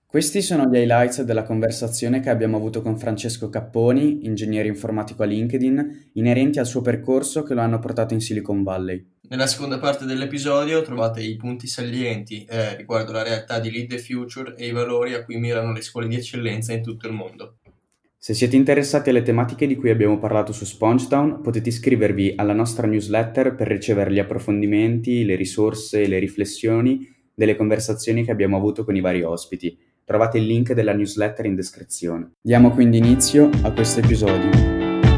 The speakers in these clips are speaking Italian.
Questi sono gli highlights della conversazione che abbiamo avuto con Francesco Capponi, ingegnere informatico a LinkedIn, inerenti al suo percorso che lo hanno portato in Silicon Valley. Nella seconda parte dell'episodio trovate i punti salienti riguardo la realtà di Lead the Future e i valori a cui mirano le scuole di eccellenza in tutto il mondo. Se siete interessati alle tematiche di cui abbiamo parlato su Spongetown, potete iscrivervi alla nostra newsletter per ricevere gli approfondimenti, le risorse e le riflessioni delle conversazioni che abbiamo avuto con i vari ospiti. Trovate il link della newsletter in descrizione. Diamo quindi inizio a questo episodio.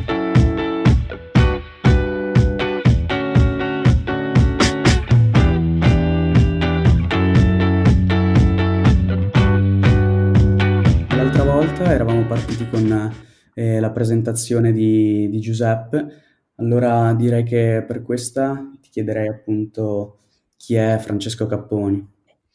L'altra volta eravamo partiti con la presentazione di Giuseppe, allora direi che per questa ti chiederei appunto chi è Francesco Capponi.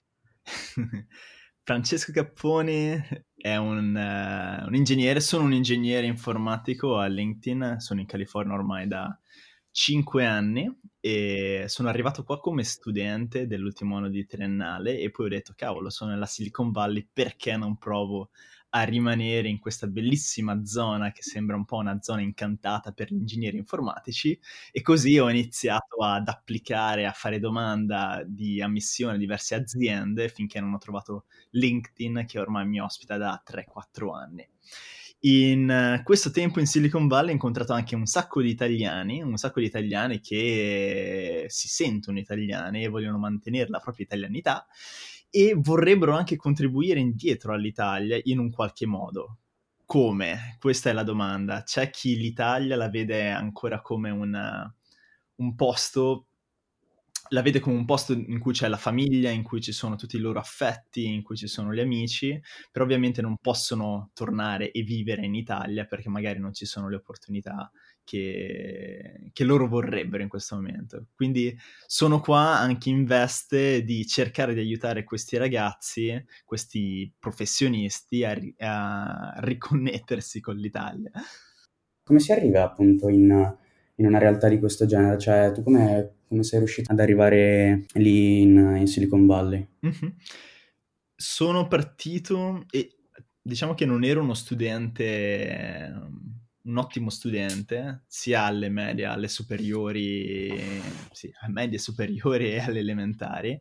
Francesco Capponi è un ingegnere, sono un ingegnere informatico a LinkedIn, sono in California ormai da 5 anni e sono arrivato qua come studente dell'ultimo anno di triennale e poi ho detto, cavolo, sono nella Silicon Valley, perché non provo a rimanere in questa bellissima zona che sembra un po' una zona incantata per gli ingegneri informatici, e così ho iniziato ad applicare, a fare domanda di ammissione a diverse aziende finché non ho trovato LinkedIn, che ormai mi ospita da 3-4 anni. In questo tempo in Silicon Valley ho incontrato anche un sacco di italiani che si sentono italiani e vogliono mantenere la propria italianità e vorrebbero anche contribuire indietro all'Italia in un qualche modo. Come? Questa è la domanda. C'è chi l'Italia la vede ancora come un posto, la vede come un posto in cui c'è la famiglia, in cui ci sono tutti i loro affetti, in cui ci sono gli amici, però ovviamente non possono tornare e vivere in Italia perché magari non ci sono le opportunità che loro vorrebbero in questo momento. Quindi sono qua anche in veste di cercare di aiutare questi ragazzi, questi professionisti a riconnettersi con l'Italia. Come si arriva appunto in una realtà di questo genere? Cioè, tu come sei riuscito ad arrivare lì in Silicon Valley? Mhm. Sono partito e diciamo che non ero uno studente, un ottimo studente, sia alle medie, alle superiori, sì, alle medie superiori e alle elementari.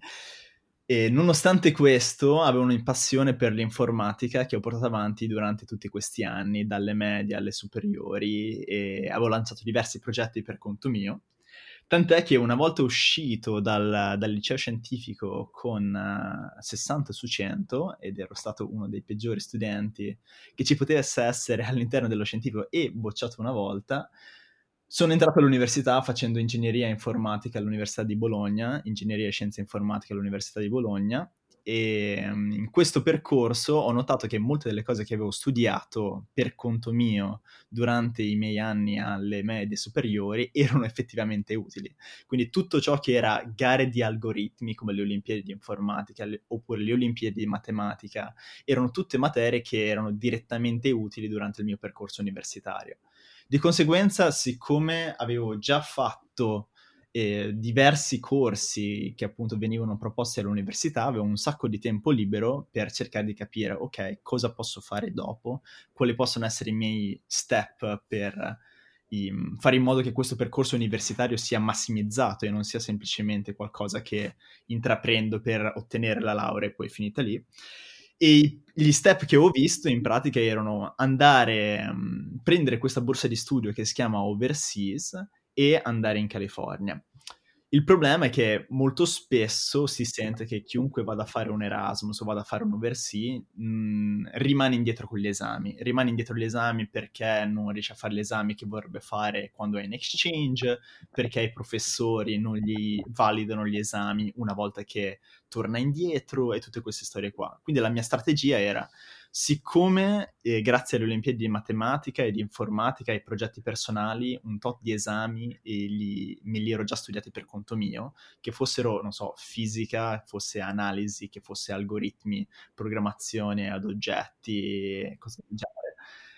E nonostante questo avevo una passione per l'informatica che ho portato avanti durante tutti questi anni, dalle medie alle superiori, e avevo lanciato diversi progetti per conto mio. Tant'è che una volta uscito dal liceo scientifico con 60 su 100, ed ero stato uno dei peggiori studenti che ci potesse essere all'interno dello scientifico e bocciato una volta, sono entrato all'università facendo ingegneria informatica all'Università di Bologna, ingegneria e scienze informatiche all'Università di Bologna, e in questo percorso ho notato che molte delle cose che avevo studiato per conto mio durante i miei anni alle medie superiori erano effettivamente utili. Quindi tutto ciò che era gare di algoritmi, come le Olimpiadi di informatica oppure le Olimpiadi di matematica, erano tutte materie che erano direttamente utili durante il mio percorso universitario. Di conseguenza, siccome avevo già fatto diversi corsi che appunto venivano proposti all'università, avevo un sacco di tempo libero per cercare di capire, ok, cosa posso fare dopo, quali possono essere i miei step per fare in modo che questo percorso universitario sia massimizzato e non sia semplicemente qualcosa che intraprendo per ottenere la laurea e poi finita lì. E gli step che ho visto in pratica erano andare, prendere questa borsa di studio che si chiama Overseas e andare in California. Il problema è che molto spesso si sente che chiunque vada a fare un Erasmus o vada a fare un Overseas rimane indietro con gli esami. Rimane indietro con gli esami perché non riesce a fare gli esami che vorrebbe fare quando è in exchange, perché i professori non gli validano gli esami una volta che torna indietro e tutte queste storie qua. Quindi la mia strategia era, siccome grazie alle Olimpiadi di matematica e di informatica e progetti personali un tot di esami me li ero già studiati per conto mio, che fossero, non so, fisica, fosse analisi, che fosse algoritmi, programmazione ad oggetti, cose del genere.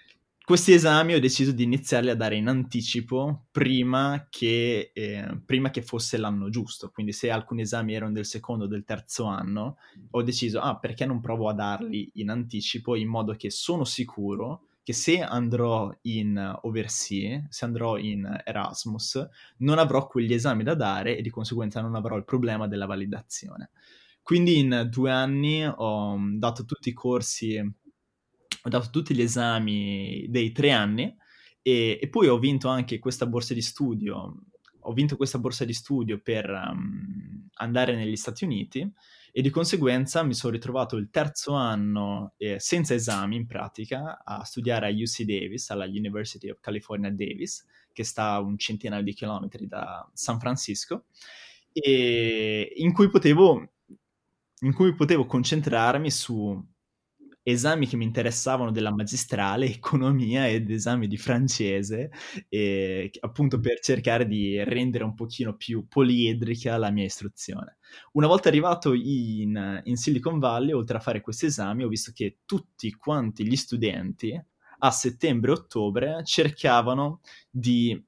questi esami ho deciso di iniziarli a dare in anticipo prima che fosse l'anno giusto. Quindi se alcuni esami erano del secondo o del terzo anno, ho deciso, perché non provo a darli in anticipo, in modo che sono sicuro che se andrò in overseas, se andrò in Erasmus, non avrò quegli esami da dare e di conseguenza non avrò il problema della validazione. Quindi in 2 anni ho dato tutti i corsi, ho dato tutti gli esami dei 3 anni e poi ho vinto anche questa borsa di studio. Ho vinto questa borsa di studio per andare negli Stati Uniti e di conseguenza mi sono ritrovato il terzo anno senza esami in pratica a studiare a UC Davis, alla University of California Davis, che sta a un centinaio di chilometri da San Francisco, e in cui potevo concentrarmi su esami che mi interessavano della magistrale, economia ed esami di francese, appunto per cercare di rendere un pochino più poliedrica la mia istruzione. Una volta arrivato in Silicon Valley, oltre a fare questi esami, ho visto che tutti quanti gli studenti a settembre e ottobre cercavano di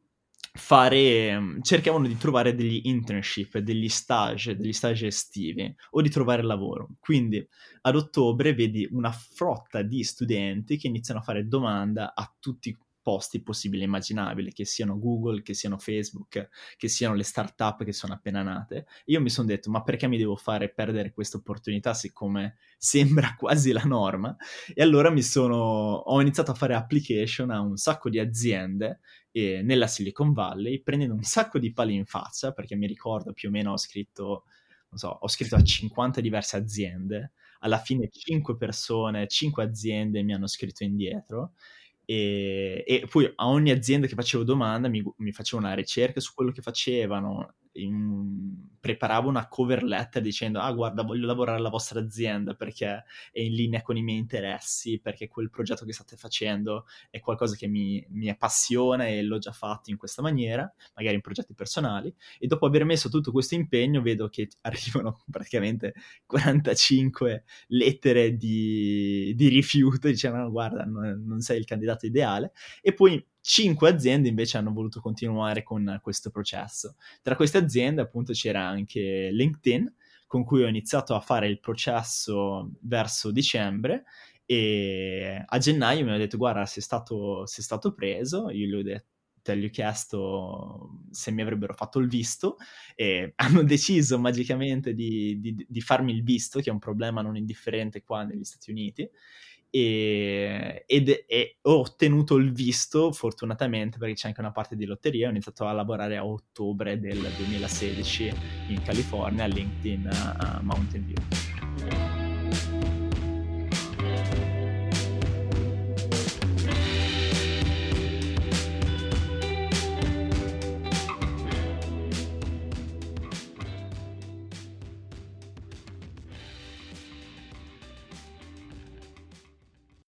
trovare degli internship, degli stage estivi o di trovare lavoro. Quindi ad ottobre vedi una frotta di studenti che iniziano a fare domanda a tutti i posti possibili e immaginabili, che siano Google, che siano Facebook, che siano le startup che sono appena nate. Io mi sono detto, ma perché mi devo fare perdere questa opportunità siccome sembra quasi la norma? E allora ho iniziato a fare application a un sacco di aziende nella Silicon Valley, prendendo un sacco di pali in faccia, perché mi ricordo più o meno ho scritto a 50 diverse aziende. Alla fine 5 aziende mi hanno scritto indietro e poi a ogni azienda che facevo domanda mi facevo una ricerca su quello che facevano, preparavo una cover letter dicendo guarda, voglio lavorare alla vostra azienda perché è in linea con i miei interessi, perché quel progetto che state facendo è qualcosa che mi appassiona e l'ho già fatto in questa maniera, magari in progetti personali. E dopo aver messo tutto questo impegno vedo che arrivano praticamente 45 lettere di rifiuto, dicevano guarda, non sei il candidato ideale, e poi 5 aziende invece hanno voluto continuare con questo processo. Tra queste aziende appunto c'era anche LinkedIn, con cui ho iniziato a fare il processo verso dicembre, e a gennaio mi hanno detto guarda, sei stato preso. Io gli ho chiesto se mi avrebbero fatto il visto e hanno deciso magicamente di farmi il visto, che è un problema non indifferente qua negli Stati Uniti, e ho ottenuto il visto fortunatamente, perché c'è anche una parte di lotteria. Ho iniziato a lavorare a ottobre del 2016 in California a LinkedIn a Mountain View.